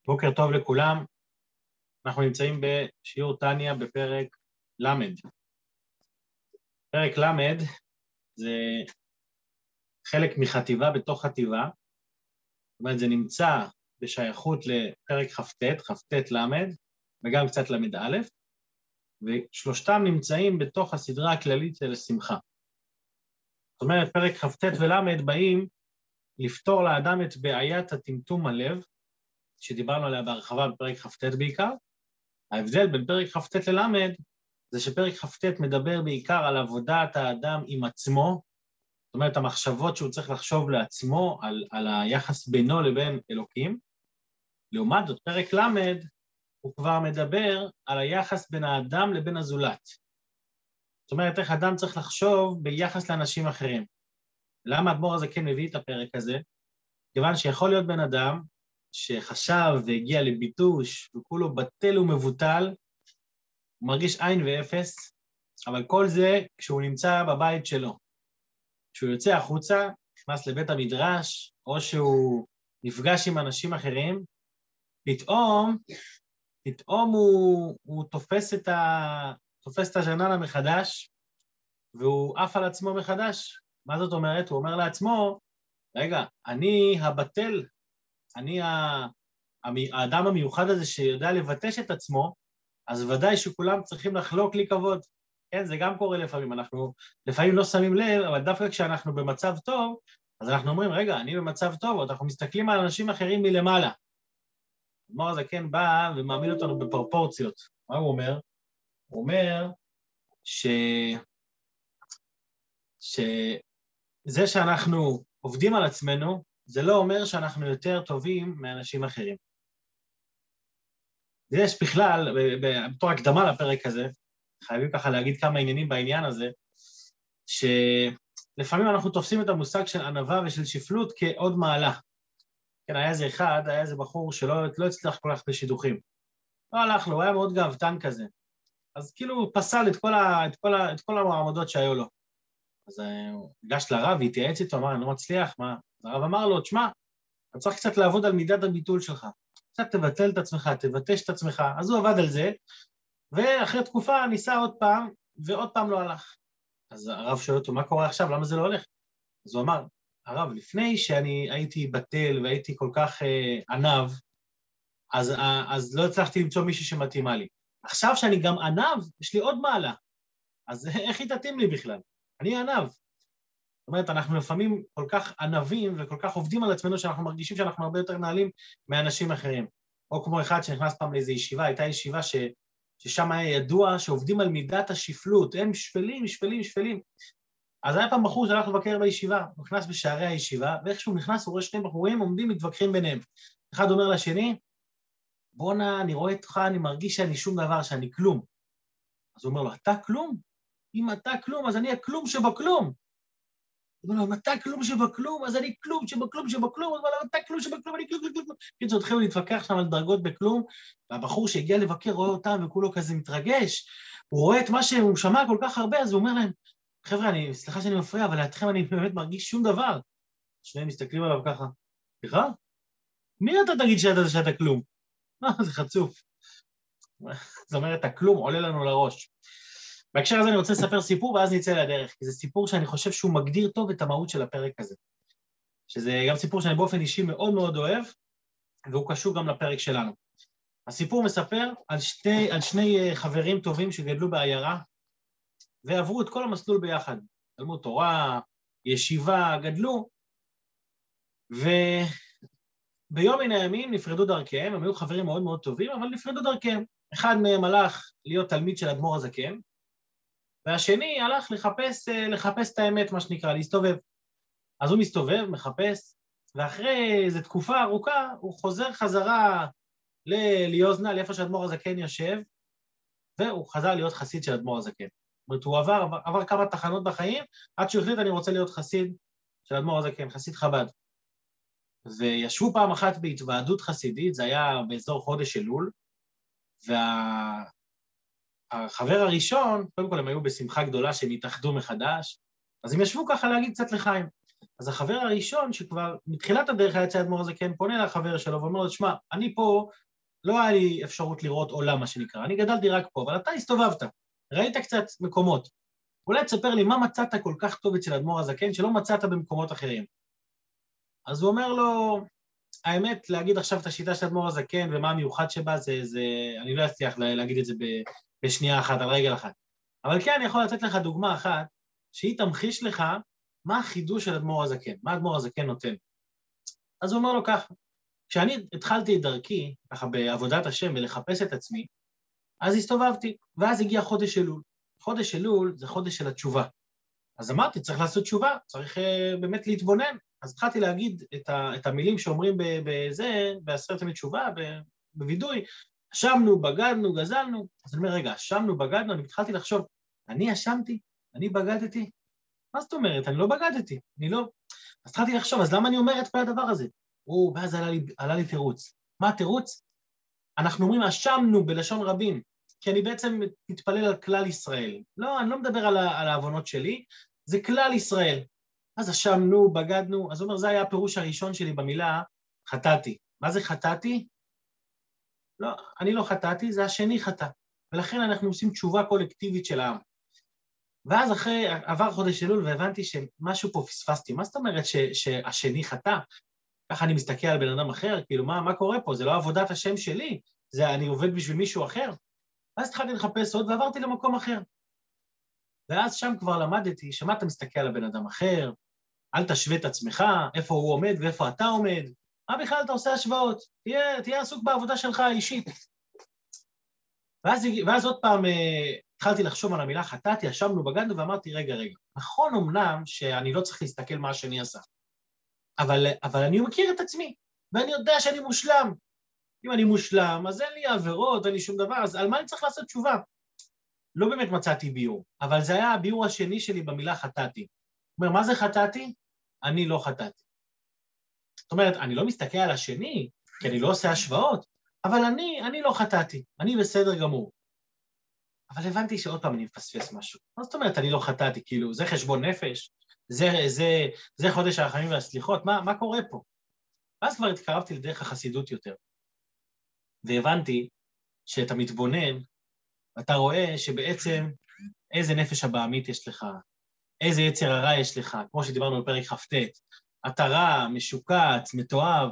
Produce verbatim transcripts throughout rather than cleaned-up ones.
בוקר טוב לכולם, אנחנו נמצאים בשיעור טניה בפרק למד. פרק למד זה חלק מחטיבה בתוך חטיבה, זאת אומרת זה נמצא בשייכות לפרק חפטט, חפטט למד, וגם קצת למד א', ושלושתם נמצאים בתוך הסדרה הכללית של שמחה. זאת אומרת פרק חפטט ולמד באים לפתור לאדם את בעיית הטמטום הלב, שדיברנו עליה בהרחבה בפרק חפטט בעיקר. ההבדל בין פרק חפטט ללמד זה שפרק חפטט מדבר בעיקר על עבודת האדם עם עצמו, זאת אומרת המחשבות שהוא צריך לחשוב לעצמו על, על היחס בינו לבין אלוקים. לעומת זאת פרק למד הוא כבר מדבר על היחס בין האדם לבין הזולת. זאת אומרת איך אדם צריך לחשוב ביחס לאנשים אחרים. למה האדמו"ר הזה כן מביא את הפרק הזה? כיוון שיכול להיות בן אדם שחשב והגיע לביטוש וכולו בטל ומבוטל, הוא מרגיש עין ואפס, אבל כל זה כשהוא נמצא בבית שלו. כשהוא יוצא החוצה, נכנס לבית המדרש, או שהוא נפגש עם אנשים אחרים, פתאום, פתאום הוא, הוא תופס את, ה, תופס את הז'ננה מחדש, והוא עף על עצמו מחדש. מה זאת אומרת? הוא אומר לעצמו, רגע, אני הבטל, אני האדם המיוחד הזה שיודע לבטש את עצמו, אז ודאי שכולם צריכים לחלוק לי כבוד. כן, זה גם קורה לפעמים, אנחנו לפעמים לא שמים לב, אבל דווקא כשאנחנו במצב טוב, אז אנחנו אומרים, רגע, אני במצב טוב, עוד אנחנו מסתכלים על אנשים אחרים מלמעלה. האדמו"ר הזה כן בא ומעמיד אותנו בפרופורציות. מה הוא אומר? הוא אומר ש... שזה שאנחנו עובדים על עצמנו, זה לא אומר שאנחנו יותר טובים מאנשים אחרים. יש בכלל, בתור הקדמה לפרק הזה, חייבים ככה להגיד כמה עניינים בעניין הזה, שלפעמים אנחנו תופסים את המושג של ענווה ושל שפלות כעוד מעלה. כן, היה איזה אחד, היה איזה בחור שלא לא הצליח כל כך בשידוכים. לא הלך לו, הוא היה מאוד גאוותן כזה. אז כאילו הוא פסל את כל, ה, את כל, ה, את כל המעמדות שהיו לו. אז הוא הגש לרב, והתייעץ איתו, אמר, אני לא מצליח, מה? אז הרב אמר לו, תשמע, אתה צריך קצת לעבוד על מידת הביטול שלך. קצת תבטל את עצמך, תבטש את עצמך. אז הוא עבד על זה, ואחרי תקופה ניסה עוד פעם, ועוד פעם לא הלך. אז הרב שואל אותו, מה קורה עכשיו? למה זה לא הולך? אז הוא אמר, הרב, לפני שאני הייתי בטל והייתי כל כך אה, ענב, אז, אה, אז לא הצלחתי למצוא מישהו שמתאימה לי. עכשיו שאני גם ענב, יש לי עוד מעלה. אז איך היא תתאים לי בכלל? אני ענב. זאת אומרת, אנחנו לפעמים כל כך ענבים וכל כך עובדים על עצמנו שאנחנו מרגישים שאנחנו הרבה יותר נעלים מאנשים אחרים. או כמו אחד שנכנס פעם לאיזו ישיבה, הייתה ישיבה ש... ששם היה ידוע שעובדים על מידת השפלות, הם שפלים, שפלים, שפלים. אז היה פעם בחור שהלך לבקר בישיבה, הוא נכנס בשערי הישיבה, ואיכשהו נכנס, הוא רואה שני בחורים, עומדים, מתווכחים ביניהם. אחד אומר לשני, בונה, אני רואה אותך, אני מרגיש שאני שום דבר, שאני כלום. אז הוא אומר לו, אתה כלום? אם אתה כלום, אז אני הכלום שבכלום. הוא אומר לו, אם אתה כלום שבכלום, אז אני כלום שבכלום שבכלום, הוא אומר לו, אתה כלום שבכלום, אני כלום שבכלום. כאילו, התחילו להתווכח שם על דרגות בכלום, והבחור שהגיע לבקר רואה אותם וכולו כזה מתרגש, הוא רואה את מה שהוא שמע כל כך הרבה, אז הוא אומר להם, חבר'ה, אני, סליחה שאני מפריע, אבל לידכם אני באמת מרגיש שום דבר. שניהם מסתכלים עליו ככה, סליחה? מי אתה תגיד שאתה, שאתה כלום? מה, זה חצוף. זאת אומרת, הכלום עולה לנו לראש. בהקשר הזה אני רוצה לספר סיפור, ואז נצא לדרך, כי זה סיפור שאני חושב שהוא מגדיר טוב את המהות של הפרק הזה. שזה גם סיפור שאני באופן אישי מאוד מאוד אוהב, והוא קשור גם לפרק שלנו. הסיפור מספר על שני, על שני חברים טובים שגדלו בעיירה, ועברו את כל המסלול ביחד. תלמוד תורה, ישיבה, גדלו, וביום מן הימים נפרדו דרכיהם, הם היו חברים מאוד מאוד טובים, אבל נפרדו דרכיהם. אחד מהם הלך להיות תלמיד של אדמו"ר הזקן, והשני הלך לחפש, לחפש את האמת, מה שנקרא, להסתובב. אז הוא מסתובב, מחפש, ואחרי איזו תקופה ארוכה, הוא חוזר חזרה ליוזנה, לאיפה שאדמו"ר הזקן יושב, והוא חזר להיות חסיד של אדמו"ר הזקן. זאת אומרת, הוא עבר, עבר, עבר כמה תחנות בחיים, עד שהוא החליט, אני רוצה להיות חסיד של אדמו"ר הזקן, חסיד חב"ד. וישבו פעם אחת בהתוועדות חסידית, זה היה באזור חודש אלול, וה... החבר הראשון, קודם כל הם היו בשמחה גדולה שהם התאחדו מחדש, אז הם ישבו ככה להגיד קצת לחיים. אז החבר הראשון, שכבר מתחילת הדרך היה אצל האדמו"ר הזקן, פונה לחבר שלו ואומר לו, שמע, אני פה, לא היה לי אפשרות לראות עולם, מה שנקרא, אני גדלתי רק פה, אבל אתה הסתובבת, ראית קצת מקומות. אולי תספר לי מה מצאת כל כך טוב אצל האדמו"ר הזקן, שלא מצאת במקומות אחרים. אז הוא אומר לו, האמת, להגיד עכשיו את השיטה של האדמו"ר הזקן ומה המיוחד שבה, זה, זה, אני לא אצליח להגיד את זה בשנייה אחת, על רגל אחת. אבל כן, אני יכול לתת לך דוגמה אחת, שהיא תמחיש לך מה החידוש של האדמו"ר הזקן, מה האדמו"ר הזקן נותן. אז הוא אומר לו ככה, כשאני התחלתי את דרכי, ככה בעבודת השם ולחפש את עצמי, אז הסתובבתי, ואז הגיע חודש אלול. חודש אלול זה חודש של התשובה. אז אמרתי, צריך לעשות תשובה, צריך uh, באמת להתבונן. אז התחלתי להגיד את, ה, את המילים שאומרים בזה, בעשרת ימי תשובה, בווידוי, אשמנו, בגדנו, גזלנו. אז אני אומר, רגע, אשמנו, בגדנו, אני התחלתי לחשוב, אני אשמתי? אני בגדתי? מה זאת אומרת? אני לא בגדתי, אני לא... אז התחלתי לחשוב, אז למה אני אומר את כל הדבר הזה? או, ואז עלה לי, עלה לי תירוץ. מה התירוץ? אנחנו אומרים, אשמנו בלשון רבים, כי אני בעצם מתפלל על כלל ישראל. לא, אני לא מדבר על, על העוונות שלי, זה כלל ישראל. אז אשמנו, בגדנו, אז הוא אומר, זה היה הפירוש הראשון שלי במילה, חטאתי. מה זה חטאתי? לא, אני לא חטאתי, זה השני חטא. ולכן אנחנו עושים תשובה קולקטיבית של העם. ואז אחרי, עבר חודש אלול, והבנתי שמשהו פה פספסתי. מה זאת אומרת ש, שהשני חטא? ככה אני מסתכל על בן אדם אחר, כאילו, מה, מה קורה פה? זה לא עבודת השם שלי, זה אני עובד בשביל מישהו אחר. ואז התחלתי לחפש עוד ועברתי למקום אחר. ואז שם כבר למדתי, שמה אתה מסתכל על הבן אדם אחר, אל תשווה את עצמך, איפה הוא עומד ואיפה אתה עומד, מה בכלל אתה עושה השוואות? תהיה, תהיה עסוק בעבודה שלך האישית. ואז, ואז עוד פעם התחלתי לחשוב על המילה חטאתי, אשמנו, בגדנו, ואמרתי, רגע, רגע, נכון אמנם שאני לא צריך להסתכל מה השני עשה, אבל, אבל אני מכיר את עצמי, ואני יודע שאני מושלם. אם אני מושלם, אז אין לי עבירות, אין לי שום דבר, אז על מה אני צריך לעשות תשובה? לא באמת מצאתי ביור, אבל זה היה הביור השני שלי במילה חטאתי. זאת אומרת, מה זה חטאתי? אני לא חטאתי. זאת אומרת, אני לא מסתכל על השני, כי אני לא עושה השוואות, אבל אני, אני לא חטאתי, אני בסדר גמור. אבל הבנתי שעוד פעם אני מפספס משהו. מה זאת אומרת, אני לא חטאתי, כאילו, זה חשבון נפש, זה, זה, זה חודש הרחמים והסליחות, מה, מה קורה פה? ואז כבר התקרבתי לדרך החסידות יותר. והבנתי שאתה מתבונן, ואתה רואה שבעצם איזה נפש הבעמית יש לך, איזה יצר הרע יש לך, כמו שדיברנו בפרק כ"ט, אתה רע, משוקץ, מתועב.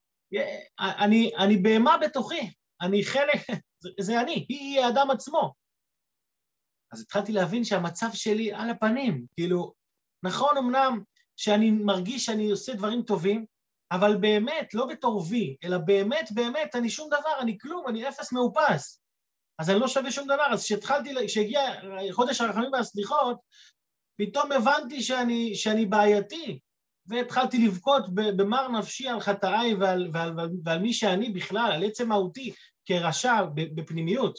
אני, אני בהמה בתוכי, אני חלק, זה, זה אני, היא האדם עצמו. אז התחלתי להבין שהמצב שלי על הפנים, כאילו, נכון אמנם שאני מרגיש שאני עושה דברים טובים, אבל באמת, לא בתור וי, אלא באמת, באמת, אני שום דבר, אני כלום, אני אפס מאופס. אז אני לא שווה שום דבר. אז כשהתחלתי, כשהגיע חודש הרחמים והסליחות, פתאום הבנתי שאני, שאני בעייתי, והתחלתי לבכות במר נפשי על חטאיי ועל, ועל, ועל, ועל מי שאני בכלל, על עצם מהותי, כרשע בפנימיות.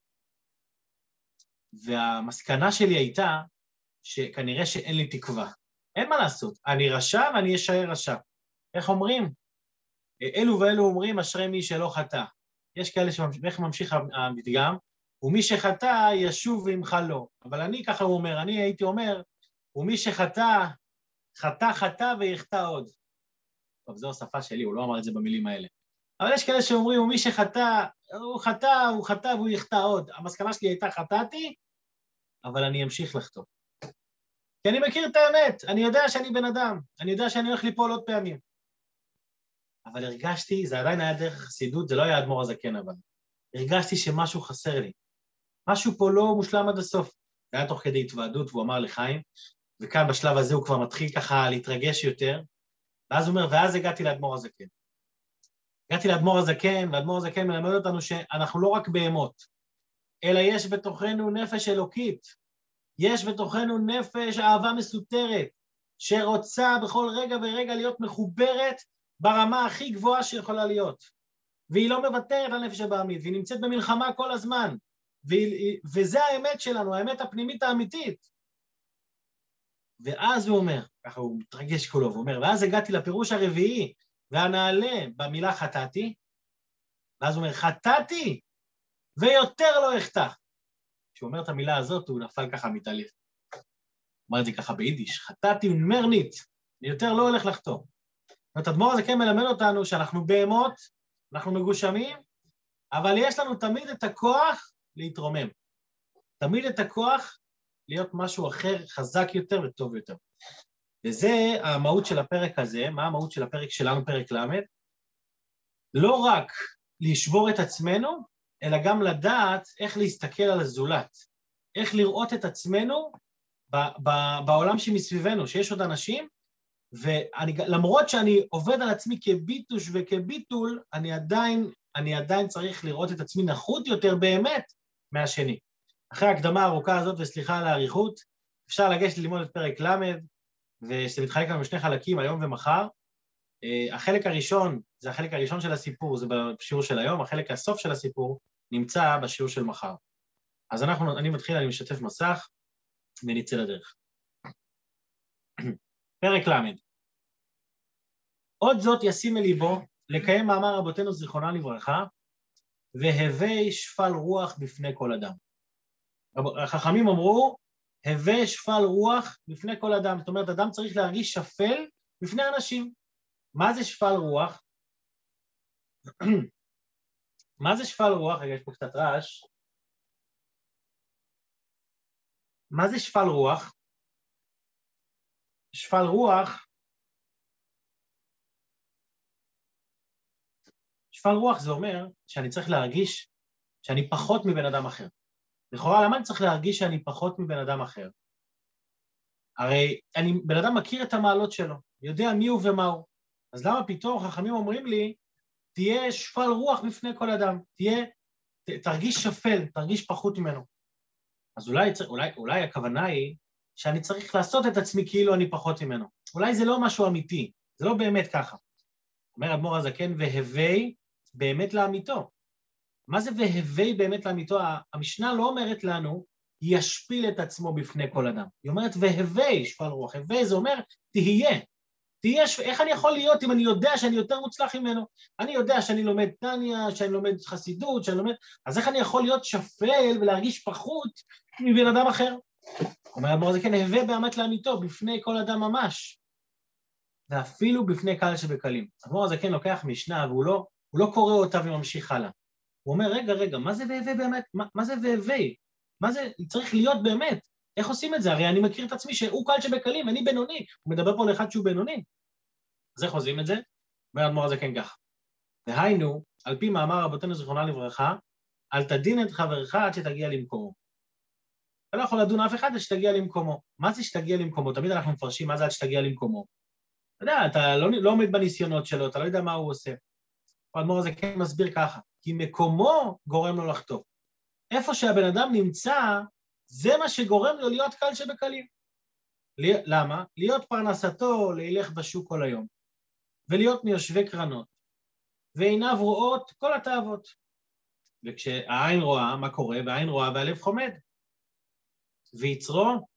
והמסקנה שלי הייתה שכנראה שאין לי תקווה. אין מה לעשות, אני רשע ואני אשאר רשע. איך אומרים? אלו ואלו אומרים, אשרי מי שלא חטא. יש כאלה שאיך ממשיך המדגם, ומי שחטא ישוב וימחל לו. אבל אני, ככה הוא אומר, אני הייתי אומר, ומי שחטא, חטא חטא ויחטא עוד. טוב, זו השפה שלי, הוא לא אמר את זה במילים האלה. אבל יש כאלה שאומרים, ומי שחטא, הוא חטא, הוא חטא והוא יחטא עוד. המסקנה שלי הייתה, חטאתי, אבל אני אמשיך לחטוא. כי אני מכיר את האמת, אני יודע שאני בן אדם, אני יודע שאני הולך ליפול עוד פעמים. אבל הרגשתי, זה עדיין היה דרך החסידות, זה לא היה האדמו"ר הזקן אבל. הרגשתי שמשהו חסר לי. משהו פה לא מושלם עד הסוף. זה היה תוך כדי התוועדות, והוא אמר לחיים, וכאן בשלב הזה הוא כבר מתחיל ככה להתרגש יותר, ואז הוא אומר, ואז הגעתי לאדמו"ר הזקן. הגעתי לאדמו"ר הזקן, ואדמו"ר הזקן מלמד אותנו שאנחנו לא רק בהמות, אלא יש בתוכנו נפש אלוקית, יש בתוכנו נפש אהבה מסותרת, שרוצה בכל רגע ורגע להיות מחוברת ברמה הכי גבוהה שיכולה להיות. והיא לא מוותרת על נפש הבעמית, והיא נמצאת במלחמה כל הזמן. והיא, וזה האמת שלנו, האמת הפנימית האמיתית. ואז הוא אומר, ככה הוא מתרגש כולו, הוא אומר, ואז הגעתי לפירוש הרביעי, והנעלה במילה חטאתי, ואז הוא אומר, חטאתי, ויותר לא אחטא. כשהוא אומר את המילה הזאת, הוא נפל ככה מתעלף. הוא אומר את זה ככה ביידיש, חטאתי ונמרנית, אני יותר לא הולך לחטוא. זאת אומרת, אדמו"ר הזה כן מלמד אותנו שאנחנו בהמות, אנחנו מגושמים, אבל יש לנו תמיד את הכוח להתרומם. תמיד את הכוח להיות משהו אחר, חזק יותר וטוב יותר. וזה המהות של הפרק הזה. מה המהות של הפרק שלנו, פרק למד? לא רק לשבור את עצמנו, אלא גם לדעת איך להסתכל על הזולת, איך לראות את עצמנו ב- ב- בעולם שמסביבנו, שיש עוד אנשים, ולמרות שאני עובד על עצמי כביטוש וכביטול, אני עדיין, אני עדיין צריך לראות את עצמי נחות יותר באמת מהשני. אחרי ההקדמה הארוכה הזאת, וסליחה על האריכות, אפשר לגשת ללמוד את פרק למד, ושזה מתחלק לנו בשני חלקים, היום ומחר. Uh, החלק הראשון, זה החלק הראשון של הסיפור, זה בשיעור של היום, החלק הסוף של הסיפור נמצא בשיעור של מחר. אז אנחנו, אני מתחיל, אני משתף מסך, ונצא לדרך. פרק למד. עוד זאת ישים אל ליבו, לקיים מאמר רבותינו זיכרונם לברכה, והווי שפל רוח בפני כל אדם. החכמים אמרו, הווי שפל רוח בפני כל אדם. זאת אומרת, אדם צריך להרגיש שפל בפני אנשים. מה זה שפל רוח? מה זה שפל רוח? רגע, יש פה קצת רעש. מה זה שפל רוח? שפל רוח, שפל רוח זה אומר שאני צריך להרגיש שאני פחות מבן אדם אחר. לכאורה, למה אני צריך להרגיש שאני פחות מבן אדם אחר? הרי אני, בן אדם מכיר את המעלות שלו, יודע מי הוא ומה הוא. אז למה פתאום חכמים אומרים לי, תהיה שפל רוח בפני כל אדם, תהיה, ת, תרגיש שפל, תרגיש פחות ממנו. אז אולי, אולי, אולי הכוונה היא שאני צריך לעשות את עצמי כאילו אני פחות ממנו. אולי זה לא משהו אמיתי, זה לא באמת ככה. אומר אדמו"ר הזקן, והווי באמת לאמיתו. מה זה והווי באמת לאמיתו? המשנה לא אומרת לנו, ישפיל את עצמו בפני כל אדם. היא אומרת, והווי שפל רוח. הווי זה אומר, תהיה. תהיה, איך אני יכול להיות אם אני יודע שאני יותר מוצלח ממנו? אני יודע שאני לומד טניה, שאני לומד חסידות, שאני לומד... אז איך אני יכול להיות שפל ולהרגיש פחות מבן אדם אחר? אומר אדמו"ר הזקן, הווי באמת לאמיתו, בפני כל אדם ממש. ואפילו בפני קהל שבקלים. אדמו"ר הזקן לוקח משנה, והוא לא, הוא לא קורא אותה וממשיך הלאה. הוא אומר, רגע, רגע, מה זה והווי באמת? מה, מה זה והווי? מה זה צריך להיות באמת? איך עושים את זה? הרי אני מכיר את עצמי שהוא קהל שבקלים, אני בינוני. הוא מדבר פה לאחד שהוא בינוני. אז איך עושים את זה? אומר אדמו"ר הזקן כך. דהיינו, על פי מאמר רבותינו זיכרונם לברכה, אל תדין את חברך עד שתגיע למקומו. אתה לא יכול לדון אף אחד עד שתגיע למקומו. מה זה שתגיע למקומו? תמיד אנחנו מפרשים מה זה עד שתגיע למקומו. אתה יודע, אתה לא, לא עומד בניסיונות שלו, אתה לא יודע מה הוא עושה. האדמו"ר הזה כן מסביר ככה, כי מקומו גורם לו לחטוא. איפה שהבן אדם נמצא, זה מה שגורם לו להיות קל שבקלים. למה? להיות פרנסתו, להילך בשוק כל היום, ולהיות מיושבי קרנות, ועיניו רואות כל התאוות. וכשהעין רואה, מה קורה? והעין רואה והלב חומד. ויצרו,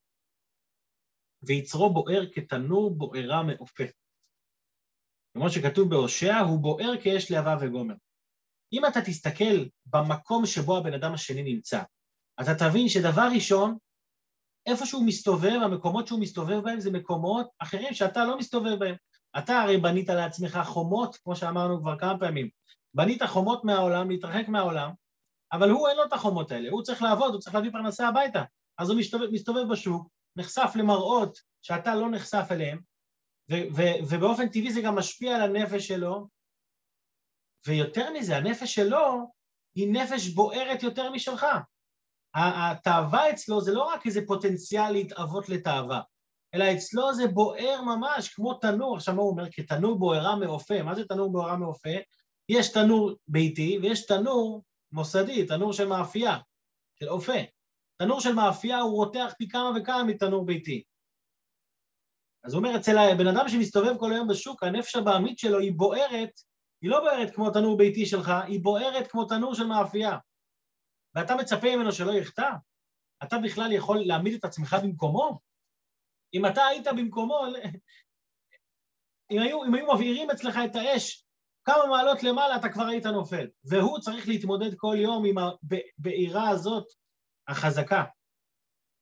ויצרו בוער כתנור בוערה מאופה. כמו שכתוב בהושע, הוא בוער כאש להבה וגומר. אם אתה תסתכל במקום שבו הבן אדם השני נמצא, אתה תבין שדבר ראשון, איפה שהוא מסתובב, המקומות שהוא מסתובב בהם, זה מקומות אחרים שאתה לא מסתובב בהם. אתה הרי בנית לעצמך חומות, כמו שאמרנו כבר כמה פעמים, בנית חומות מהעולם, להתרחק מהעולם, אבל הוא אין לו את החומות האלה, הוא צריך לעבוד, הוא צריך להביא פרנסה הביתה, אז הוא מסתובב, מסתובב בשוק, נחשף למראות שאתה לא נחשף אליהם, ו- ו- ובאופן טבעי זה גם משפיע על הנפש שלו, ויותר מזה, הנפש שלו היא נפש בוערת יותר משלך. התאווה אצלו זה לא רק איזה פוטנציאל להתאבות לתאווה, אלא אצלו זה בוער ממש, כמו תנור. עכשיו מה הוא אומר? כתנור בוערה מאופה. מה זה תנור בוערה מאופה? יש תנור ביתי ויש תנור מוסדי, תנור של מאפייה, של אופה. תנור של מאפייה הוא רותח פי כמה וכמה מתנור ביתי. אז הוא אומר, אצל הבן אדם שמסתובב כל היום בשוק, הנפש הבעמית שלו היא בוערת, היא לא בוערת כמו תנור ביתי שלך, היא בוערת כמו תנור של מאפייה. ואתה מצפה ממנו שלא יחטא? אתה בכלל יכול להעמיד את עצמך במקומו? אם אתה היית במקומו, אם היו, אם היו מבעירים אצלך את האש, כמה מעלות למעלה אתה כבר היית נופל. והוא צריך להתמודד כל יום עם הבעירה הזאת החזקה.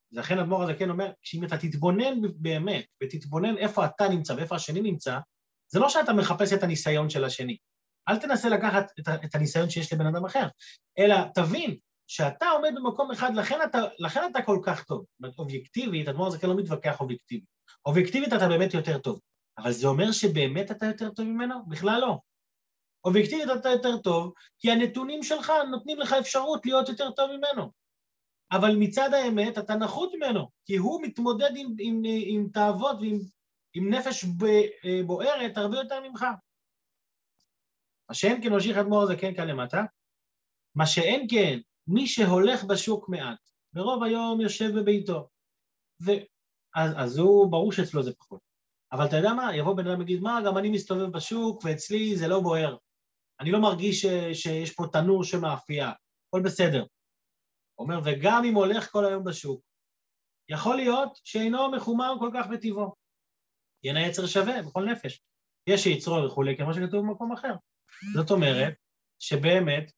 לכן אדמו"ר הזקן אומר, שאם אתה תתבונן באמת, ותתבונן איפה אתה נמצא ואיפה השני נמצא, זה לא שאתה מחפש את הניסיון של השני. אל תנסה לקחת את, את הניסיון שיש לבן אדם אחר, אלא תבין שאתה עומד במקום אחד, לכן אתה, לכן אתה כל כך טוב. זאת אומרת, אובייקטיבית, אדמו"ר הזקן לא מתווכח אובייקטיבית. אובייקטיבית אתה באמת יותר טוב, אבל זה אומר שבאמת אתה יותר טוב ממנו? בכלל לא. אובייקטיבית אתה יותר טוב, כי הנתונים שלך נותנים לך אפשרות להיות יותר טוב ממנו. אבל מצד האמת אתה נחות ממנו, כי הוא מתמודד עם, עם, עם תאוות ועם עם נפש בוערת הרבה יותר ממך. מה שאין כן ממשיך אדמו"ר הזקן כאן למטה, מה שאין כן, מי שהולך בשוק מעט, ברוב היום יושב בביתו, ואז, אז הוא ברור שאצלו זה פחות. אבל אתה יודע מה? יבוא בן אדם ויגיד, מה, גם אני מסתובב בשוק ואצלי זה לא בוער. אני לא מרגיש ש, שיש פה תנור שמאפייה, הכל בסדר. הוא אומר, וגם אם הולך כל היום בשוק, יכול להיות שאינו מחומם כל כך בטבעו. יין היצר שווה בכל נפש. יש שיצרו וכולי, כמו שכתוב במקום אחר. זאת אומרת, שבאמת,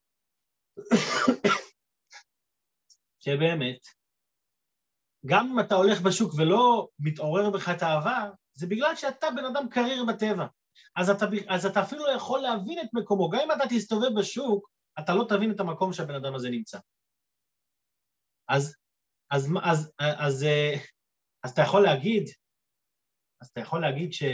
שבאמת, גם אם אתה הולך בשוק ולא מתעורר בך את האהבה, זה בגלל שאתה בן אדם קריר בטבע. אז אתה, אז אתה אפילו לא יכול להבין את מקומו. גם אם אתה תסתובב בשוק, אתה לא תבין את המקום שהבן אדם הזה נמצא. אז, אז, אז, אז, אז, אז אתה יכול להגיד, אז אתה יכול להגיד ש,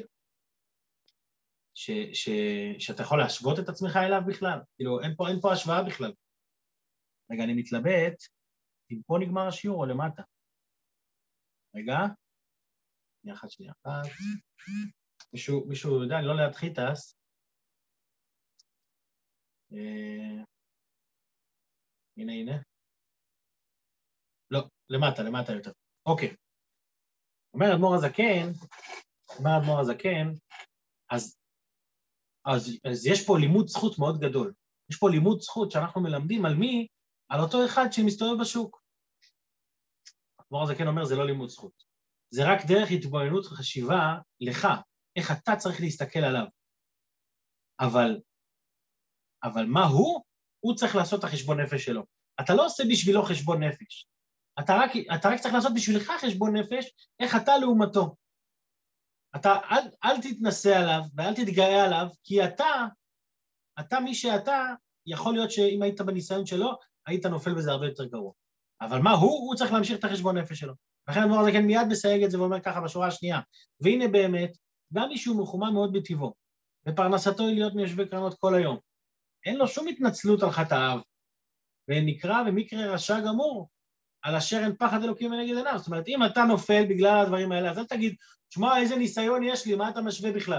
ש, ש, שאתה יכול להשוות את עצמך אליו בכלל. כאילו, אין פה, אין פה השוואה בכלל. רגע, אני מתלבט, אם פה נגמר השיעור או למטה. רגע, שנייה אחת, שנייה אחת. מישהו, מישהו יודע, אני לא ליד חיטס. אה... הנה, הנה. לא, למטה, למטה יותר. אוקיי. אומר אדמו"ר הזקן, אומר אדמו"ר הזקן, אז, אז, אז יש פה לימוד זכות מאוד גדול. יש פה לימוד זכות שאנחנו מלמדים על מי? על אותו אחד שמסתובב בשוק. אדמו"ר הזקן אומר, זה לא לימוד זכות. זה רק דרך התבוננות וחשיבה לך, איך אתה צריך להסתכל עליו. אבל, אבל מה הוא? הוא צריך לעשות את החשבון נפש שלו. אתה לא עושה בשבילו חשבון נפש. אתה רק, אתה רק צריך לעשות בשבילך חשבון נפש, איך אתה לעומתו. אתה, אל, אל תתנסה עליו ואל תתגאה עליו, כי אתה, אתה מי שאתה, יכול להיות שאם היית בניסיון שלו, היית נופל בזה הרבה יותר גרוע. אבל מה הוא? הוא צריך להמשיך את החשבון נפש שלו. לכן אדמו"ר הזקן מיד מסייג את זה ואומר ככה בשורה השנייה. והנה באמת, גם מישהו מחומם מאוד בטבעו, ופרנסתו היא להיות מיושבי קרנות כל היום. אין לו שום התנצלות על חטאיו, ונקרא ומקרה רשע גמור, על אשר אין פחד אלוקים ונגד עיניו. זאת אומרת, אם אתה נופל בגלל הדברים האלה, אז אל תגיד, שמע, איזה ניסיון יש לי, מה אתה משווה בכלל?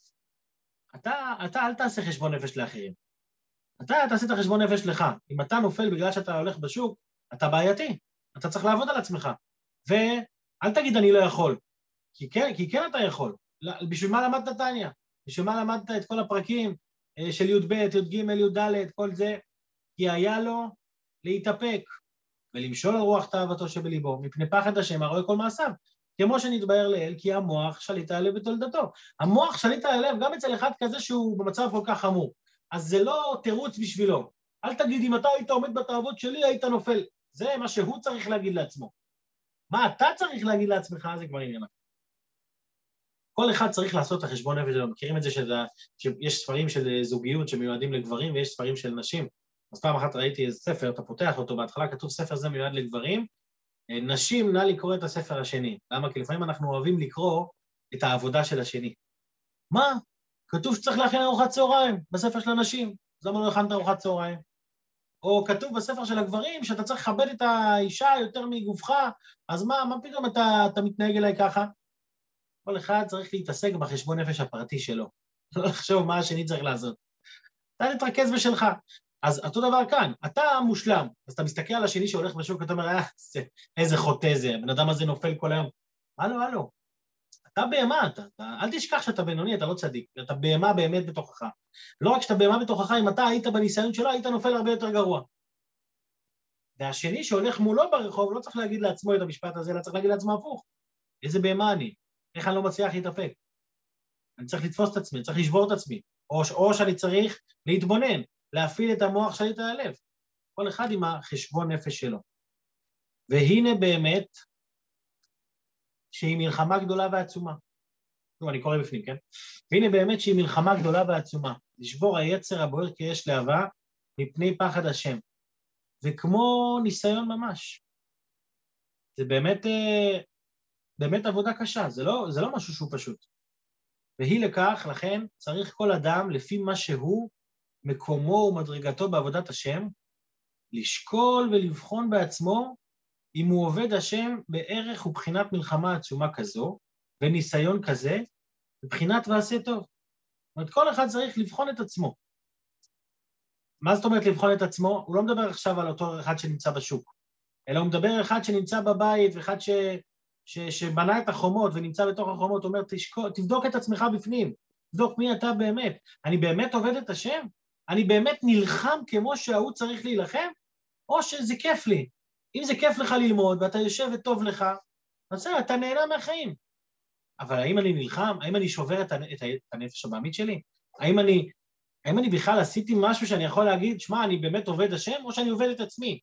אתה, אתה אל תעשה חשבון נפש לאחרים. אתה תעשה את החשבון נפש לך. אם אתה נופל בגלל שאתה הולך בשוק, אתה בעייתי. אתה צריך לעבוד על עצמך. ואל תגיד, אני לא יכול. כי כן, כי כן אתה יכול. בשביל מה למדת תניה? בשביל מה למדת את כל הפרקים של י' ב', י' ג', י' ד', כל זה? כי היה לו להתאפק ולמשול על רוח תאוותו שבליבו, מפני פחד השם הרואה כל מעשיו. כמו שנתבהר לאל, כי המוח שליט על הלב בתולדתו. המוח שליט על הלב גם אצל אחד כזה שהוא במצב כל כך חמור. אז זה לא תירוץ בשבילו. אל תגיד, אם אתה היית עומד בתאוות שלי, היית נופל. זה מה שהוא צריך להגיד לעצמו. מה אתה צריך להגיד לעצמך, זה כבר עניין. כל אחד צריך לעשות את החשבון נפש שלו. מכירים את זה שזה, שיש ספרים של זוגיות שמיועדים לגברים, ויש ספרים של נשים. אז פעם אחת ראיתי איזה ספר, אתה פותח אותו, בהתחלה כתוב ספר זה מיועד לגברים, נשים, נא לקרוא את הספר השני. למה? כי לפעמים אנחנו אוהבים לקרוא את העבודה של השני. מה? כתוב שצריך להכין ארוחת צהריים בספר של הנשים. אז למה לא הכנת ארוחת צהריים? או כתוב בספר של הגברים שאתה צריך לכבד את האישה יותר מגופך, אז מה, מה פתאום אתה, אתה מתנהג אליי ככה? כל אחד צריך להתעסק בחשבון נפש הפרטי שלו. לא לחשוב מה השני צריך לעשות. אתה תתרכז בשלך. אז אותו דבר כאן, אתה מושלם, אז אתה מסתכל על השני שהולך בשוק, אתה אומר, אה, איזה חוטא זה, הבן אדם הזה נופל כל היום. הלו, הלו, אתה בהמה, אתה, אתה, אל תשכח שאתה בינוני, אתה לא צדיק, אתה בהמה באמת בתוכך. לא רק שאתה בהמה בתוכך, אם אתה היית בניסיון שלו, היית נופל הרבה יותר גרוע. והשני שהולך מולו ברחוב, לא צריך להגיד לעצמו את המשפט הזה, אלא צריך להגיד לעצמו הפוך. איזה בהמה אני, איך אני לא מצליח להתאפק? אני צריך לתפוס את עצמי, צריך לשבור את עצמי, או, או שאני צריך להתבונן. להפעיל את המוח שליט על הלב. כל אחד עם החשבון נפש שלו. והנה באמת שהיא מלחמה גדולה ועצומה. טוב, אני קורא בפנים, כן? והנה באמת שהיא מלחמה גדולה ועצומה. לשבור היצר הבוער כי יש להבה מפני פחד השם. וכמו ניסיון ממש. זה באמת, באמת עבודה קשה, זה לא, זה לא משהו שהוא פשוט. והיא לכך, לכן, צריך כל אדם, לפי מה שהוא, מקומו ומדרגתו בעבודת השם, לשקול ולבחון בעצמו, אם הוא עובד השם בערך ובחינת מלחמה עצומה כזו, וניסיון כזה, מבחינת ועשה טוב. זאת אומרת, כל אחד צריך לבחון את עצמו. מה זאת אומרת לבחון את עצמו? הוא לא מדבר עכשיו על אותו אחד שנמצא בשוק, אלא הוא מדבר על אחד שנמצא בבית, ואחד ש... ש... שבנה את החומות ונמצא בתוך החומות, הוא אומר, תשקול, תבדוק את עצמך בפנים, תבדוק מי אתה באמת. אני באמת עובד את השם? אני באמת נלחם כמו שההוא צריך להילחם? או שזה כיף לי? אם זה כיף לך ללמוד, ואתה יושב וטוב לך, אז בסדר, אתה נהנה מהחיים. אבל האם אני נלחם? האם אני שובר את, הנ... את הנפש הבעמית שלי? האם אני... האם אני בכלל עשיתי משהו שאני יכול להגיד, שמע, אני באמת עובד השם, או שאני עובד את עצמי?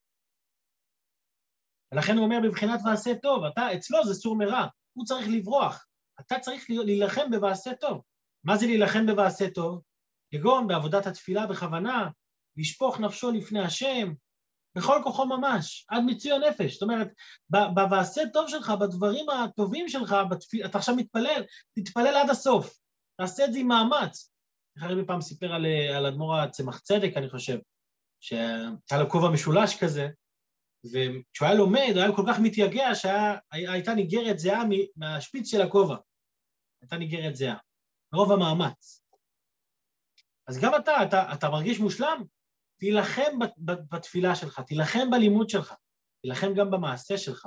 ולכן הוא אומר, בבחינת ועשה טוב, אתה, אצלו זה סור מרע, הוא צריך לברוח, אתה צריך להילחם בוועשה טוב. מה זה להילחם בוועשה טוב? כגון בעבודת התפילה בכוונה, לשפוך נפשו לפני השם, בכל כוחו ממש, עד מיצוי הנפש. זאת אומרת, בוועשה טוב שלך, בדברים הטובים שלך, בתפיל, אתה עכשיו מתפלל, תתפלל עד הסוף, תעשה את זה עם מאמץ. אחרי פעם סיפר על, על אדמו"ר הצמח צדק, אני חושב, שהיה לו כובע משולש כזה, וכשהוא היה לומד, הוא היה כל כך מתייגע שהייתה ניגרת זהה מהשפיץ של הכובע. הייתה ניגרת זהה, מרוב המאמץ. אז גם אתה, אתה, אתה מרגיש מושלם? תילחם בתפילה שלך, תילחם בלימוד שלך, תילחם גם במעשה שלך.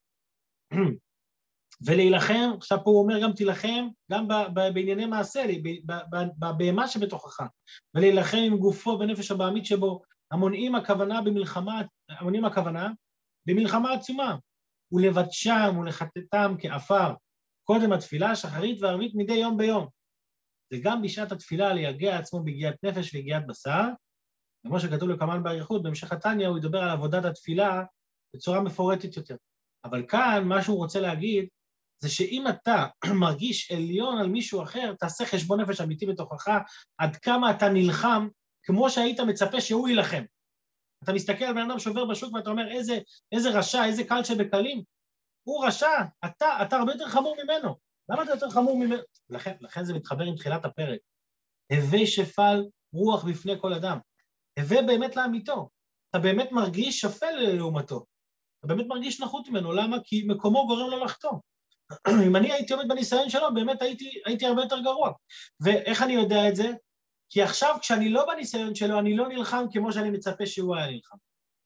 ולהילחם, עכשיו פה הוא אומר גם תילחם, גם בענייני מעשה, בבהמה שבתוכך, ולהילחם עם גופו ונפש הבעמית שבו, המונעים הכוונה במלחמה, המונעים הכוונה במלחמה עצומה, ולבדשם ולחטאתם כעפר, קודם התפילה, שחרית וערבית מדי יום ביום. זה גם בשעת התפילה ליגע עצמו בגיעת נפש וגיעת בשר, כמו שכתוב לקמן באריכות, בהמשך התניא הוא ידבר על עבודת התפילה בצורה מפורטת יותר. אבל כאן מה שהוא רוצה להגיד, זה שאם אתה מרגיש עליון על מישהו אחר, תעשה חשבון נפש אמיתי בתוכך, עד כמה אתה נלחם, כמו שהיית מצפה שהוא ילחם. אתה מסתכל על בן אדם שעובר בשוק ואתה אומר, איזה, איזה רשע, איזה קל שבקלים. הוא רשע, אתה, אתה הרבה יותר חמור ממנו. למה אתה יותר חמור ממנו? לכן, לכן זה מתחבר עם תחילת הפרק. הווה שפל רוח בפני כל אדם. הווה באמת לאמיתו. אתה באמת מרגיש שפל לעומתו. אתה באמת מרגיש נחות ממנו. למה? כי מקומו גורם לו לחתום. אם אני הייתי עומד בניסיון שלו, באמת הייתי, הייתי הרבה יותר גרוע. ואיך אני יודע את זה? כי עכשיו, כשאני לא בניסיון שלו, אני לא נלחם כמו שאני מצפה שהוא היה נלחם.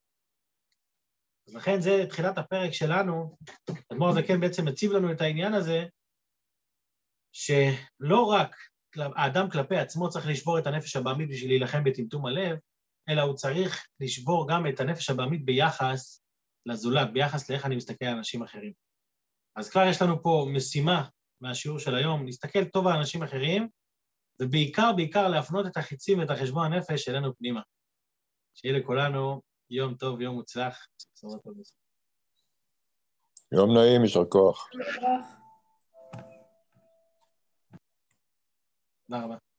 אז לכן זה תחילת הפרק שלנו, אדמו"ר הזקן בעצם מציב לנו את העניין הזה, שלא רק האדם כלפי עצמו צריך לשבור את הנפש הבעמית בשביל להילחם בטמטום הלב, אלא הוא צריך לשבור גם את הנפש הבעמית ביחס לזולת, ביחס לאיך אני מסתכל על אנשים אחרים. אז כבר יש לנו פה משימה מהשיעור של היום, להסתכל טוב על אנשים אחרים, ובעיקר, בעיקר להפנות את החיצים ואת החשבון הנפש אלינו פנימה. שיהיה לכולנו יום טוב, יום מוצלח. יום נעים, יישר כוח. תודה רבה.